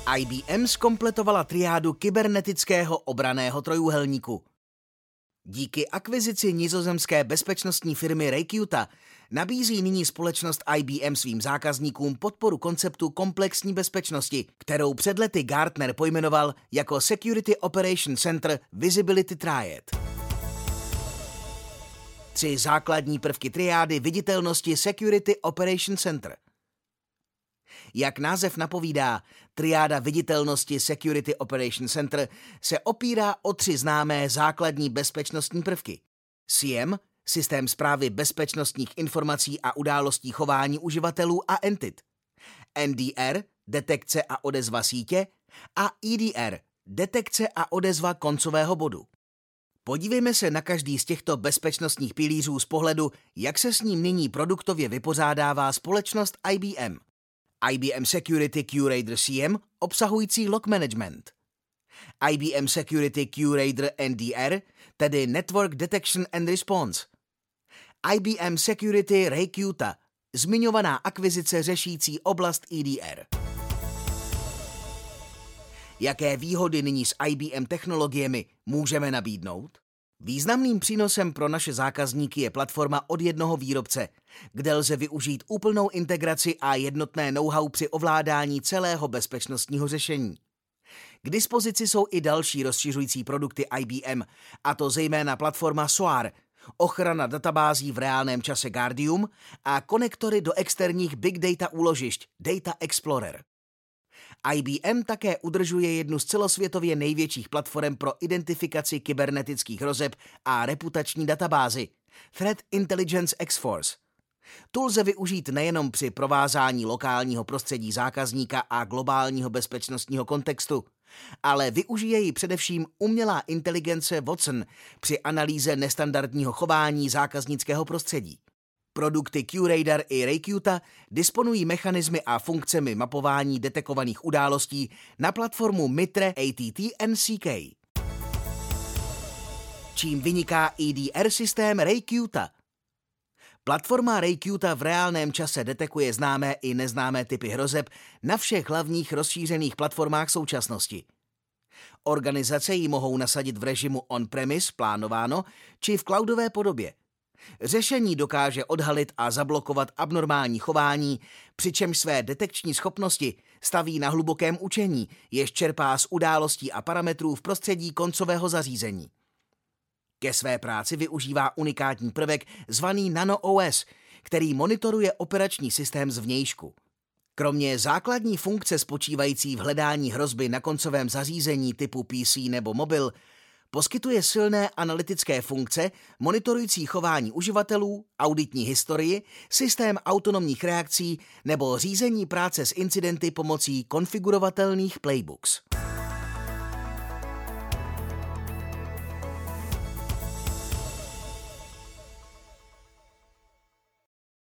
IBM zkompletovala triádu kybernetického obranného trojúhelníku. Díky akvizici nizozemské bezpečnostní firmy Recruta nabízí nyní společnost IBM svým zákazníkům podporu konceptu komplexní bezpečnosti, kterou před lety Gartner pojmenoval jako Security Operation Center Visibility Triad. 3 základní prvky triády viditelnosti Security Operation Center. Jak název napovídá, triáda viditelnosti Security Operation Center se opírá o 3 známé základní bezpečnostní prvky. SIEM, systém správy bezpečnostních informací a událostí chování uživatelů a entit. NDR, detekce a odezva sítě. A EDR, detekce a odezva koncového bodu. Podívejme se na každý z těchto bezpečnostních pilířů z pohledu, jak se s ním nyní produktově vypořádává společnost IBM. IBM Security QRadar SIEM obsahující log management. IBM Security QRadar NDR, tedy Network Detection and Response. IBM Security Recruta, zmiňovaná akvizice řešící oblast EDR. Jaké výhody nyní s IBM technologiemi můžeme nabídnout? Významným přínosem pro naše zákazníky je platforma od jednoho výrobce, kde lze využít úplnou integraci a jednotné know-how při ovládání celého bezpečnostního řešení. K dispozici jsou i další rozšiřující produkty IBM, a to zejména platforma SOAR, ochrana databází v reálném čase Guardium a konektory do externích big data úložišť Data Explorer. IBM také udržuje jednu z celosvětově největších platform pro identifikaci kybernetických hrozeb a reputační databázi Threat Intelligence X-Force. Tu lze využít nejenom při provázání lokálního prostředí zákazníka a globálního bezpečnostního kontextu, ale využije ji především umělá inteligence Watson při analýze nestandardního chování zákaznického prostředí. Produkty QRadar i Recruta disponují mechanismy a funkcemi mapování detekovaných událostí na platformu MITRE ATT NCK. Čím vyniká EDR systém Recruta? Platforma Recruta v reálném čase detekuje známé i neznámé typy hrozeb na všech hlavních rozšířených platformách současnosti. Organizace ji mohou nasadit v režimu on-premise, plánováno, či v cloudové podobě. Řešení dokáže odhalit a zablokovat abnormální chování, přičemž své detekční schopnosti staví na hlubokém učení, jež čerpá z událostí a parametrů v prostředí koncového zařízení. Ke své práci využívá unikátní prvek zvaný NanoOS, který monitoruje operační systém zvnějšku. Kromě základní funkce spočívající v hledání hrozby na koncovém zařízení typu PC nebo mobil, poskytuje silné analytické funkce monitorující chování uživatelů, auditní historii, systém autonomních reakcí nebo řízení práce s incidenty pomocí konfigurovatelných playbooks.